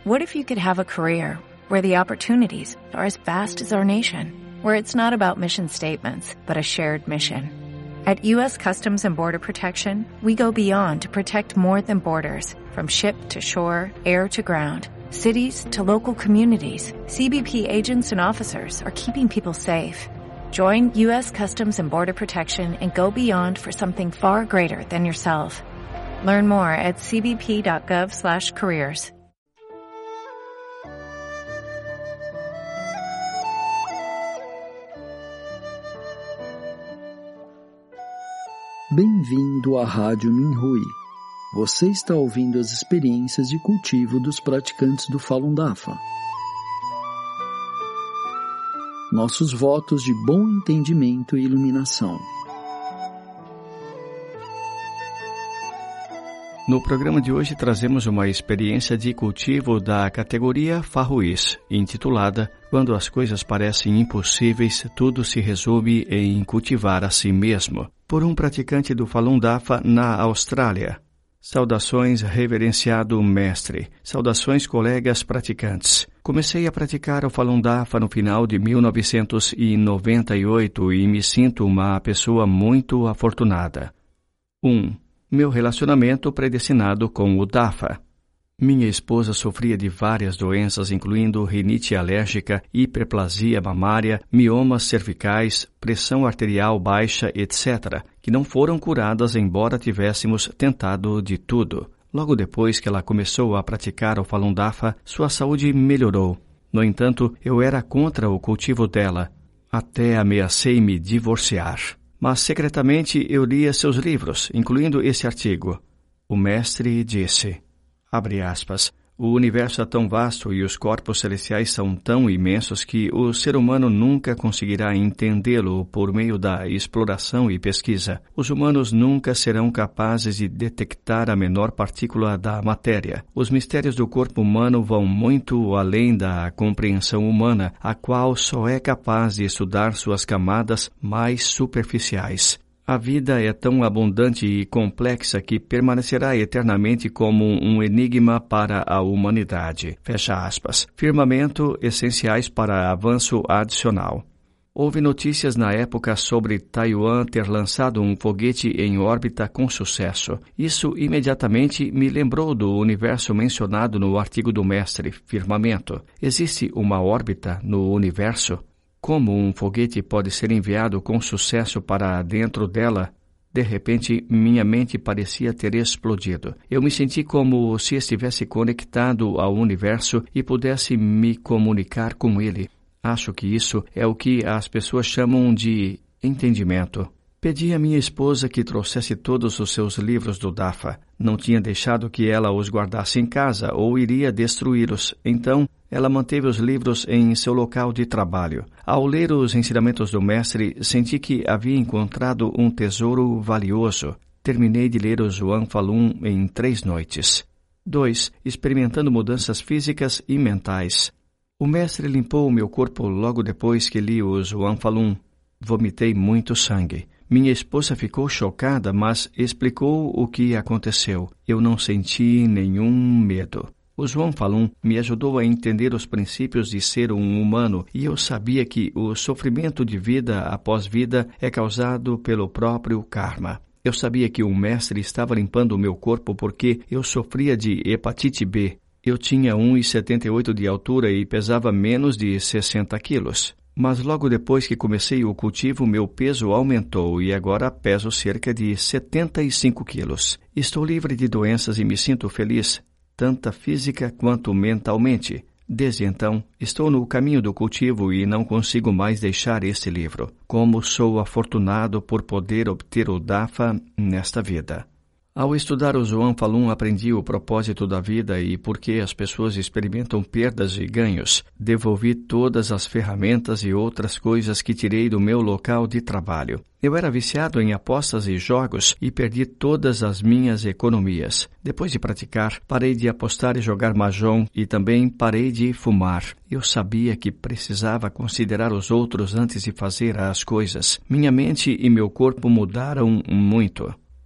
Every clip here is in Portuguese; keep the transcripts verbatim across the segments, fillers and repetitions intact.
What if you could have a career where the opportunities are as vast as our nation, where it's not about mission statements, but a shared mission? At U S Customs and Border Protection, we go beyond to protect more than borders, from ship to shore, air to ground, cities to local communities. C B P agents and officers are keeping people safe. Join U S Customs and Border Protection and go beyond for something far greater than yourself. Learn more at c b p dot gov slash careers. Bem-vindo à Rádio Minhui. Você está ouvindo as experiências de cultivo dos praticantes do Falun Dafa. Nossos votos de bom entendimento e iluminação. No programa de hoje trazemos uma experiência de cultivo da categoria Farruís, intitulada Quando as coisas parecem impossíveis, tudo se resume em cultivar a si mesmo, por um praticante do Falun Dafa na Austrália. Saudações, reverenciado mestre. Saudações, colegas praticantes. Comecei a praticar o Falun Dafa no final de mil novecentos e noventa e oito e me sinto uma pessoa muito afortunada. um. Meu relacionamento predestinado com o Dafa. Minha esposa sofria de várias doenças, incluindo rinite alérgica, hiperplasia mamária, miomas cervicais, pressão arterial baixa, etcétera, que não foram curadas embora tivéssemos tentado de tudo. Logo depois que ela começou a praticar o Falun Dafa, sua saúde melhorou. No entanto, eu era contra o cultivo dela. Até ameacei me divorciar. Mas secretamente eu lia seus livros, incluindo esse artigo. O mestre disse, abre aspas, o universo é tão vasto e os corpos celestiais são tão imensos que o ser humano nunca conseguirá entendê-lo por meio da exploração e pesquisa. Os humanos nunca serão capazes de detectar a menor partícula da matéria. Os mistérios do corpo humano vão muito além da compreensão humana, a qual só é capaz de estudar suas camadas mais superficiais. A vida é tão abundante e complexa que permanecerá eternamente como um enigma para a humanidade. Fecha aspas. Firmamento essenciais para avanço adicional. Houve notícias na época sobre Taiwan ter lançado um foguete em órbita com sucesso. Isso imediatamente me lembrou do universo mencionado no artigo do mestre, Firmamento. Existe uma órbita no universo? Como um foguete pode ser enviado com sucesso para dentro dela? De repente, minha mente parecia ter explodido. Eu me senti como se estivesse conectado ao universo e pudesse me comunicar com ele. Acho que isso é o que as pessoas chamam de entendimento. Pedi à minha esposa que trouxesse todos os seus livros do Dafa. Não tinha deixado que ela os guardasse em casa ou iria destruí-los. Então, ela manteve os livros em seu local de trabalho. Ao ler os ensinamentos do mestre, senti que havia encontrado um tesouro valioso. Terminei de ler o Zhuang Falun em três noites. dois. Experimentando mudanças físicas e mentais. O mestre limpou o meu corpo logo depois que li o Zhuang Falun. Vomitei muito sangue. Minha esposa ficou chocada, mas explicou o que aconteceu. Eu não senti nenhum medo. O Zhuang Falun me ajudou a entender os princípios de ser um humano e eu sabia que o sofrimento de vida após vida é causado pelo próprio karma. Eu sabia que o mestre estava limpando o meu corpo porque eu sofria de hepatite B. Eu tinha um metro e setenta e oito de altura e pesava menos de sessenta quilos. Mas logo depois que comecei o cultivo, meu peso aumentou e agora peso cerca de setenta e cinco quilos. Estou livre de doenças e me sinto feliz, tanto física quanto mentalmente. Desde então, estou no caminho do cultivo e não consigo mais deixar este livro. Como sou afortunado por poder obter o Dafa nesta vida. Ao estudar o Zhuang Falun, aprendi o propósito da vida e por que as pessoas experimentam perdas e ganhos. Devolvi todas as ferramentas e outras coisas que tirei do meu local de trabalho. Eu era viciado em apostas e jogos e perdi todas as minhas economias. Depois de praticar, parei de apostar e jogar mahjong e também parei de fumar. Eu sabia que precisava considerar os outros antes de fazer as coisas. Minha mente e meu corpo mudaram muito.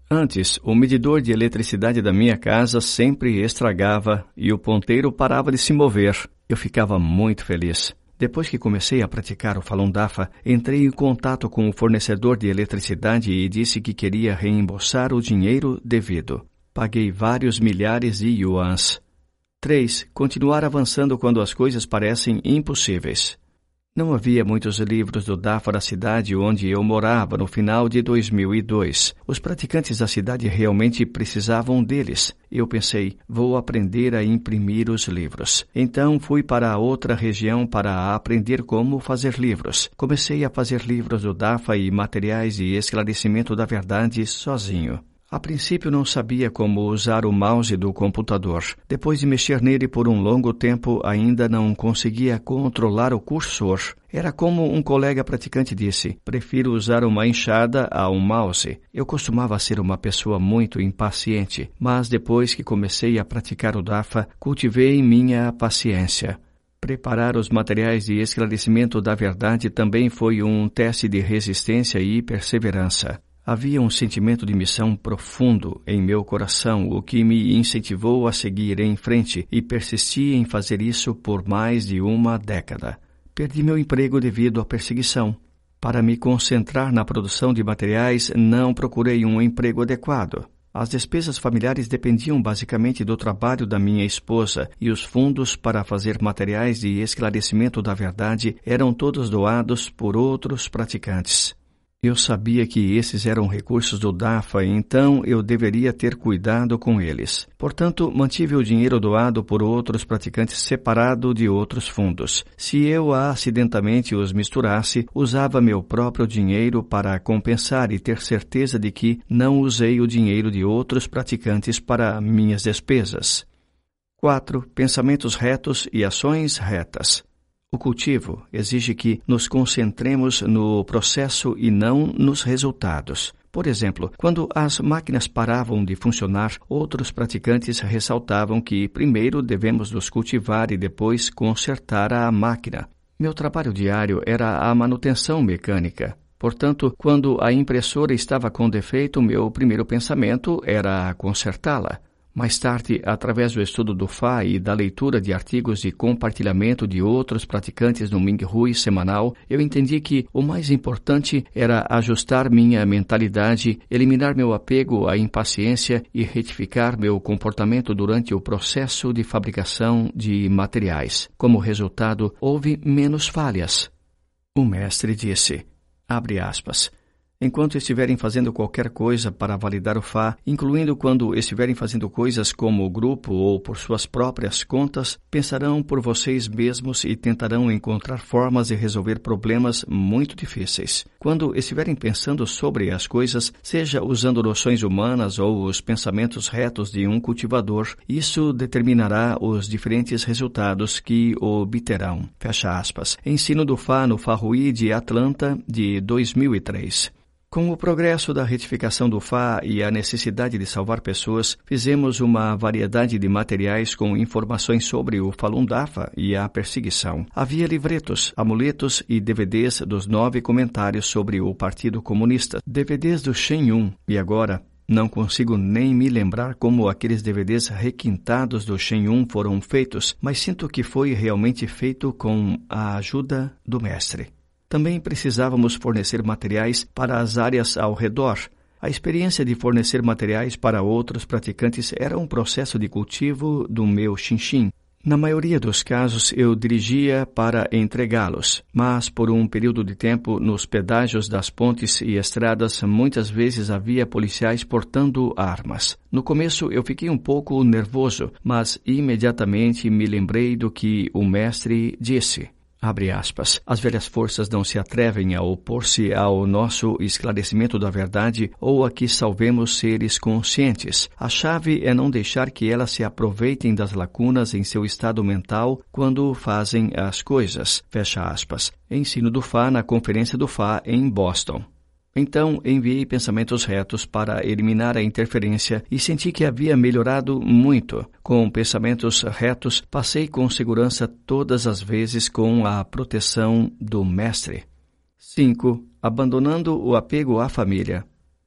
Antes, o medidor de eletricidade da minha casa sempre estragava e o ponteiro parava de se mover. Eu ficava muito feliz. Depois que comecei a praticar o Falun Dafa, entrei em contato com o fornecedor de eletricidade e disse que queria reembolsar o dinheiro devido. Paguei vários milhares de yuans. três. Continuar avançando quando as coisas parecem impossíveis. Não havia muitos livros do Dafa na cidade onde eu morava no final de dois mil e dois. Os praticantes da cidade realmente precisavam deles. Eu pensei, vou aprender a imprimir os livros. Então fui para outra região para aprender como fazer livros. Comecei a fazer livros do Dafa e materiais de esclarecimento da verdade sozinho. A princípio não sabia como usar o mouse do computador. Depois de mexer nele por um longo tempo, ainda não conseguia controlar o cursor. Era como um colega praticante disse, prefiro usar uma enxada a um mouse. Eu costumava ser uma pessoa muito impaciente, mas depois que comecei a praticar o Dafa, cultivei minha paciência. Preparar os materiais de esclarecimento da verdade também foi um teste de resistência e perseverança. Havia um sentimento de missão profundo em meu coração, o que me incentivou a seguir em frente e persisti em fazer isso por mais de uma década. Perdi meu emprego devido à perseguição. Para me concentrar na produção de materiais, não procurei um emprego adequado. As despesas familiares dependiam basicamente do trabalho da minha esposa e os fundos para fazer materiais de esclarecimento da verdade eram todos doados por outros praticantes. Eu sabia que esses eram recursos do Dafa, então eu deveria ter cuidado com eles. Portanto, mantive o dinheiro doado por outros praticantes separado de outros fundos. Se eu acidentalmente os misturasse, usava meu próprio dinheiro para compensar e ter certeza de que não usei o dinheiro de outros praticantes para minhas despesas. quatro. Pensamentos retos e ações retas. O cultivo exige que nos concentremos no processo e não nos resultados. Por exemplo, quando as máquinas paravam de funcionar, outros praticantes ressaltavam que primeiro devemos nos cultivar e depois consertar a máquina. Meu trabalho diário era a manutenção mecânica. Portanto, quando a impressora estava com defeito, meu primeiro pensamento era consertá-la. Mais tarde, através do estudo do Fa e da leitura de artigos de compartilhamento de outros praticantes no Mingyhui semanal, eu entendi que o mais importante era ajustar minha mentalidade, eliminar meu apego à impaciência e retificar meu comportamento durante o processo de fabricação de materiais. Como resultado, houve menos falhas. O mestre disse, abre aspas, enquanto estiverem fazendo qualquer coisa para validar o Fa, incluindo quando estiverem fazendo coisas como grupo ou por suas próprias contas, pensarão por vocês mesmos e tentarão encontrar formas de resolver problemas muito difíceis. Quando estiverem pensando sobre as coisas, seja usando noções humanas ou os pensamentos retos de um cultivador, isso determinará os diferentes resultados que obterão. Fecha aspas. Ensino do Fa no Farrui de Atlanta, de dois mil e três. Com o progresso da retificação do Fa e a necessidade de salvar pessoas, fizemos uma variedade de materiais com informações sobre o Falun Dafa e a perseguição. Havia livretos, amuletos e D V Ds dos nove comentários sobre o Partido Comunista, D V Ds do Shen Yun, e agora não consigo nem me lembrar como aqueles D V Ds requintados do Shen Yun foram feitos, mas sinto que foi realmente feito com a ajuda do mestre. Também precisávamos fornecer materiais para as áreas ao redor. A experiência de fornecer materiais para outros praticantes era um processo de cultivo do meu Shinshin. Na maioria dos casos, eu dirigia para entregá-los, mas por um período de tempo, nos pedágios das pontes e estradas, muitas vezes havia policiais portando armas. No começo, eu fiquei um pouco nervoso, mas imediatamente me lembrei do que o mestre disse. Abre aspas, as velhas forças não se atrevem a opor-se ao nosso esclarecimento da verdade ou a que salvemos seres conscientes. A chave é não deixar que elas se aproveitem das lacunas em seu estado mental quando fazem as coisas. Fecha aspas. Ensino do Fa na Conferência do Fa em Boston. Então, enviei pensamentos retos para eliminar a interferência e senti que havia melhorado muito. Com pensamentos retos, passei com segurança todas as vezes com a proteção do mestre. cinco. Abandonando o apego à família.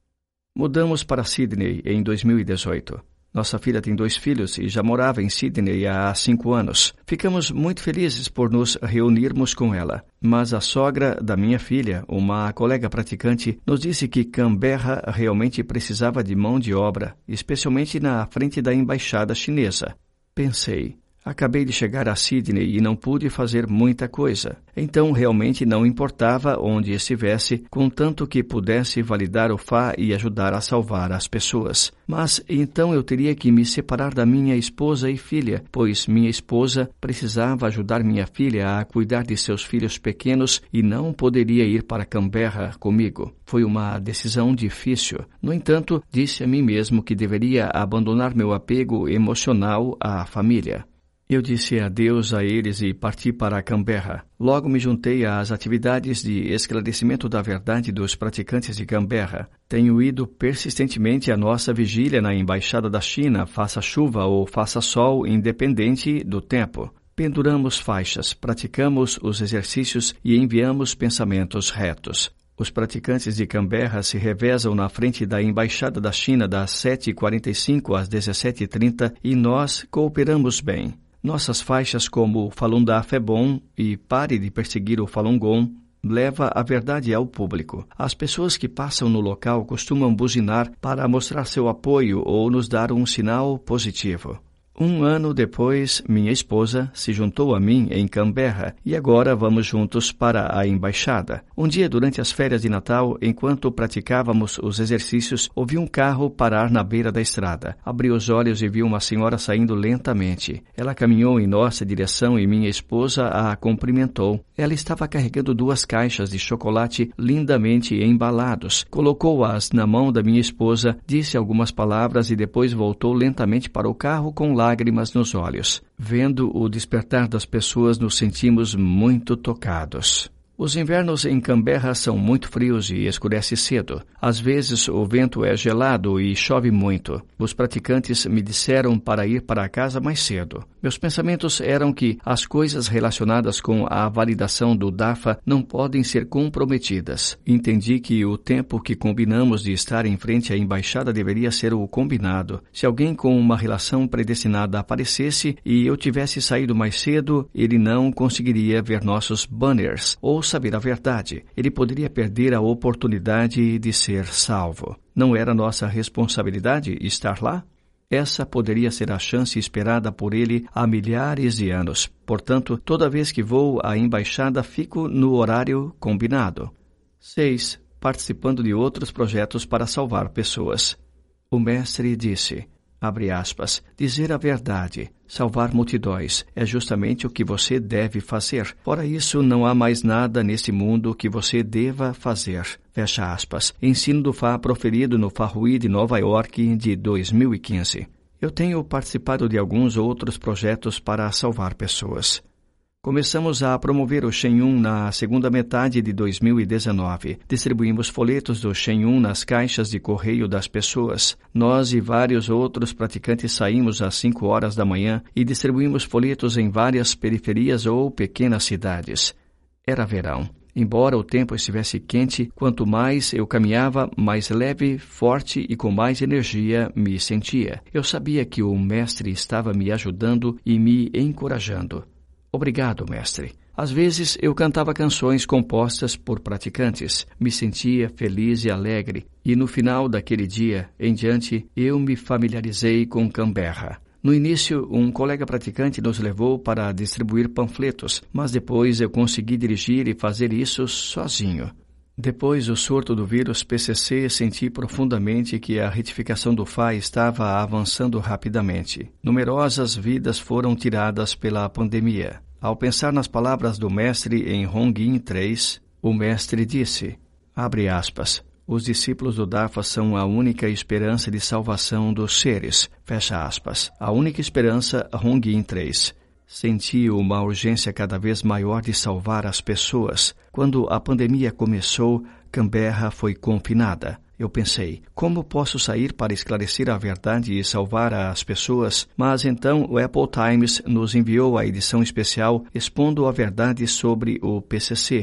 Mudamos para Sydney em dois mil e dezoito. Nossa filha tem dois filhos e já morava em Sydney há cinco anos. Ficamos muito felizes por nos reunirmos com ela. Mas a sogra da minha filha, uma colega praticante, nos disse que Canberra realmente precisava de mão de obra, especialmente na frente da embaixada chinesa. Pensei, acabei de chegar a Sydney e não pude fazer muita coisa. Então realmente não importava onde estivesse, contanto que pudesse validar o F A e ajudar a salvar as pessoas. Mas então eu teria que me separar da minha esposa e filha, pois minha esposa precisava ajudar minha filha a cuidar de seus filhos pequenos e não poderia ir para Canberra comigo. Foi uma decisão difícil. No entanto, disse a mim mesmo que deveria abandonar meu apego emocional à família. Eu disse adeus a eles e parti para Canberra. Logo me juntei às atividades de esclarecimento da verdade dos praticantes de Canberra. Tenho ido persistentemente à nossa vigília na Embaixada da China, faça chuva ou faça sol, independente do tempo. Penduramos faixas, praticamos os exercícios e enviamos pensamentos retos. Os praticantes de Canberra se revezam na frente da Embaixada da China das sete e quarenta e cinco às dezessete e trinta e nós cooperamos bem. Nossas faixas como Falun Dafa é bom e Pare de perseguir o Falun Gong leva a verdade ao público. As pessoas que passam no local costumam buzinar para mostrar seu apoio ou nos dar um sinal positivo. Um ano depois, minha esposa se juntou a mim em Canberra e agora vamos juntos para a embaixada. Um dia, durante as férias de Natal, enquanto praticávamos os exercícios, ouvi um carro parar na beira da estrada. Abri os olhos e vi uma senhora saindo lentamente. Ela caminhou em nossa direção e minha esposa a cumprimentou. Ela estava carregando duas caixas de chocolate lindamente embalados. Colocou-as na mão da minha esposa, disse algumas palavras e depois voltou lentamente para o carro com lágrimas nos olhos. Vendo o despertar das pessoas, nos sentimos muito tocados. Os invernos em Canberra são muito frios e escurece cedo. Às vezes o vento é gelado e chove muito. Os praticantes me disseram para ir para casa mais cedo. Meus pensamentos eram que as coisas relacionadas com a validação do D A F A não podem ser comprometidas. Entendi que o tempo que combinamos de estar em frente à embaixada deveria ser o combinado. Se alguém com uma relação predestinada aparecesse e eu tivesse saído mais cedo, ele não conseguiria ver nossos banners ou saber a verdade. Ele poderia perder a oportunidade de ser salvo. Não era nossa responsabilidade estar lá? Essa poderia ser a chance esperada por ele há milhares de anos. Portanto, toda vez que vou à embaixada, fico no horário combinado. seis. Participando de outros projetos para salvar pessoas. O mestre disse, abre aspas, dizer a verdade, salvar multidões, é justamente o que você deve fazer. Fora isso, não há mais nada neste mundo que você deva fazer. Fecha aspas. Ensino do F A proferido no Farrui de Nova York de dois mil e quinze. Eu tenho participado de alguns outros projetos para salvar pessoas. Começamos a promover o Shen Yun na segunda metade de dois mil e dezenove. Distribuímos folhetos do Shen Yun nas caixas de correio das pessoas. Nós e vários outros praticantes saímos às cinco horas da manhã e distribuímos folhetos em várias periferias ou pequenas cidades. Era verão. Embora o tempo estivesse quente, quanto mais eu caminhava, mais leve, forte e com mais energia me sentia. Eu sabia que o mestre estava me ajudando e me encorajando. Obrigado, mestre. Às vezes eu cantava canções compostas por praticantes. Me sentia feliz e alegre. E no final daquele dia em diante, eu me familiarizei com Canberra. No início, um colega praticante nos levou para distribuir panfletos, mas depois eu consegui dirigir e fazer isso sozinho. Depois do surto do vírus P C C, senti profundamente que a retificação do F A estava avançando rapidamente. Numerosas vidas foram tiradas pela pandemia. Ao pensar nas palavras do mestre em Hongin três, o mestre disse, abre aspas, os discípulos do D A F A são a única esperança de salvação dos seres, fecha aspas. A única esperança, Hongin três. Senti uma urgência cada vez maior de salvar as pessoas. Quando a pandemia começou, Canberra foi confinada. Eu pensei, como posso sair para esclarecer a verdade e salvar as pessoas? Mas então o Apple Times nos enviou a edição especial expondo a verdade sobre o P C C.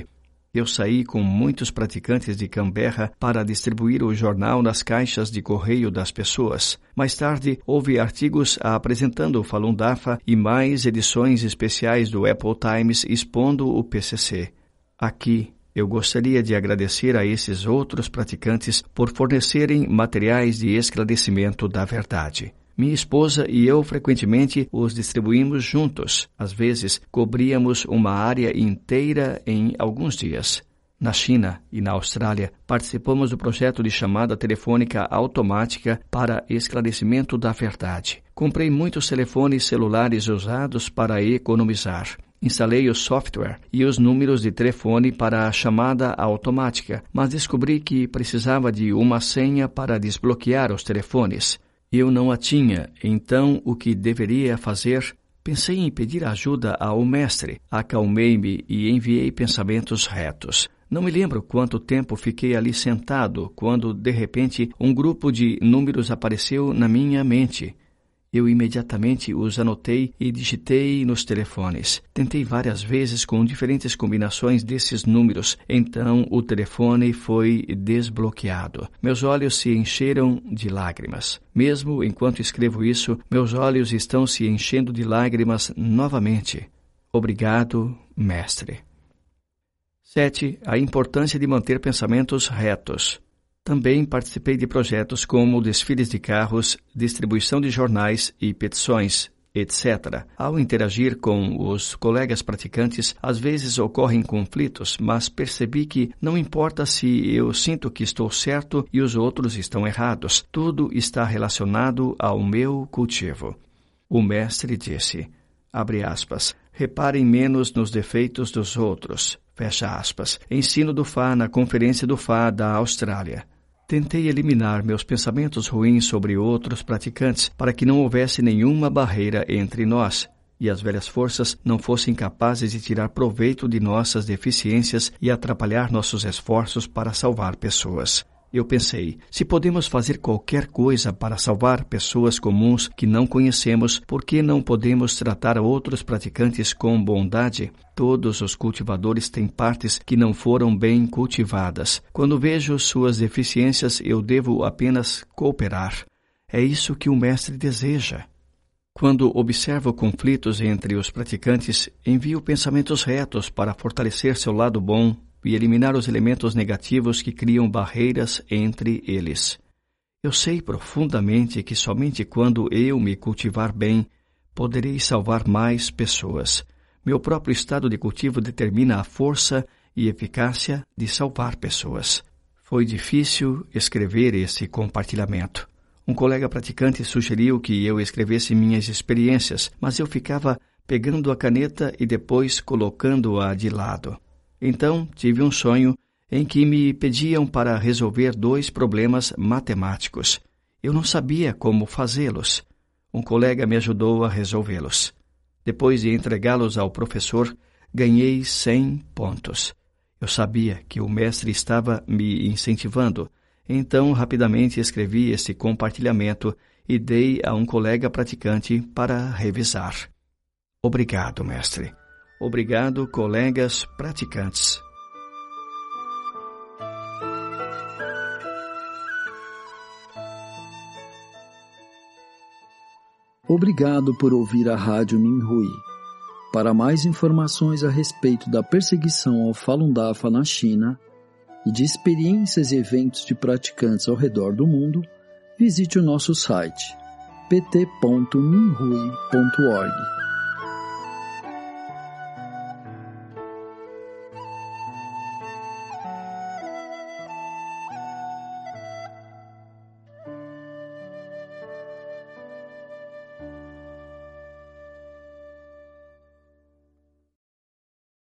Eu saí com muitos praticantes de Canberra para distribuir o jornal nas caixas de correio das pessoas. Mais tarde, houve artigos apresentando o Falun Dafa e mais edições especiais do Apple Times expondo o P C C. Aqui, eu gostaria de agradecer a esses outros praticantes por fornecerem materiais de esclarecimento da verdade. Minha esposa e eu frequentemente os distribuímos juntos. Às vezes, cobríamos uma área inteira em alguns dias. Na China e na Austrália, participamos do projeto de chamada telefônica automática para esclarecimento da verdade. Comprei muitos telefones celulares usados para economizar. Instalei o software e os números de telefone para a chamada automática, mas descobri que precisava de uma senha para desbloquear os telefones. Eu não a tinha, então o que deveria fazer? Pensei em pedir ajuda ao mestre. Acalmei-me e enviei pensamentos retos. Não me lembro quanto tempo fiquei ali sentado, quando, de repente, um grupo de números apareceu na minha mente. Eu imediatamente os anotei e digitei nos telefones. Tentei várias vezes com diferentes combinações desses números. Então o telefone foi desbloqueado. Meus olhos se encheram de lágrimas. Mesmo enquanto escrevo isso, meus olhos estão se enchendo de lágrimas novamente. Obrigado, mestre. sete. A importância de manter pensamentos retos. Também participei de projetos como desfiles de carros, distribuição de jornais e petições, etcétera. Ao interagir com os colegas praticantes, às vezes ocorrem conflitos, mas percebi que não importa se eu sinto que estou certo e os outros estão errados. Tudo está relacionado ao meu cultivo. O mestre disse, abre aspas, reparem menos nos defeitos dos outros, fecha aspas. Ensino do Fá na Conferência do Fá da Austrália. Tentei eliminar meus pensamentos ruins sobre outros praticantes para que não houvesse nenhuma barreira entre nós e as velhas forças não fossem capazes de tirar proveito de nossas deficiências e atrapalhar nossos esforços para salvar pessoas. Eu pensei, se podemos fazer qualquer coisa para salvar pessoas comuns que não conhecemos, por que não podemos tratar outros praticantes com bondade? Todos os cultivadores têm partes que não foram bem cultivadas. Quando vejo suas deficiências, eu devo apenas cooperar. É isso que o mestre deseja. Quando observo conflitos entre os praticantes, envio pensamentos retos para fortalecer seu lado bom e eliminar os elementos negativos que criam barreiras entre eles. Eu sei profundamente que somente quando eu me cultivar bem, poderei salvar mais pessoas. Meu próprio estado de cultivo determina a força e eficácia de salvar pessoas. Foi difícil escrever esse compartilhamento. Um colega praticante sugeriu que eu escrevesse minhas experiências, mas eu ficava pegando a caneta e depois colocando-a de lado. Então, tive um sonho em que me pediam para resolver dois problemas matemáticos. Eu não sabia como fazê-los. Um colega me ajudou a resolvê-los. Depois de entregá-los ao professor, ganhei cem pontos. Eu sabia que o mestre estava me incentivando, então rapidamente escrevi esse compartilhamento e dei a um colega praticante para revisar. Obrigado, mestre. Obrigado, colegas praticantes. Obrigado por ouvir a Rádio Minhui. Para mais informações a respeito da perseguição ao Falun Dafa na China e de experiências e eventos de praticantes ao redor do mundo, visite o nosso site p t ponto minhui ponto org.